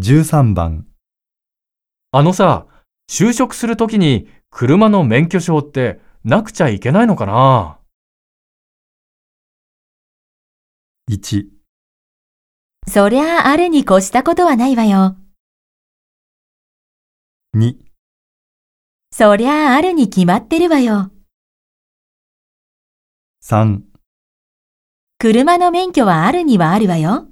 13番。 あのさ、就職するときに車の免許証ってなくちゃいけないのかな？ 1、 そりゃああるに越したことはないわよ。 2、 そりゃああるに決まってるわよ。 3。 車の免許はあるにはあるわよ。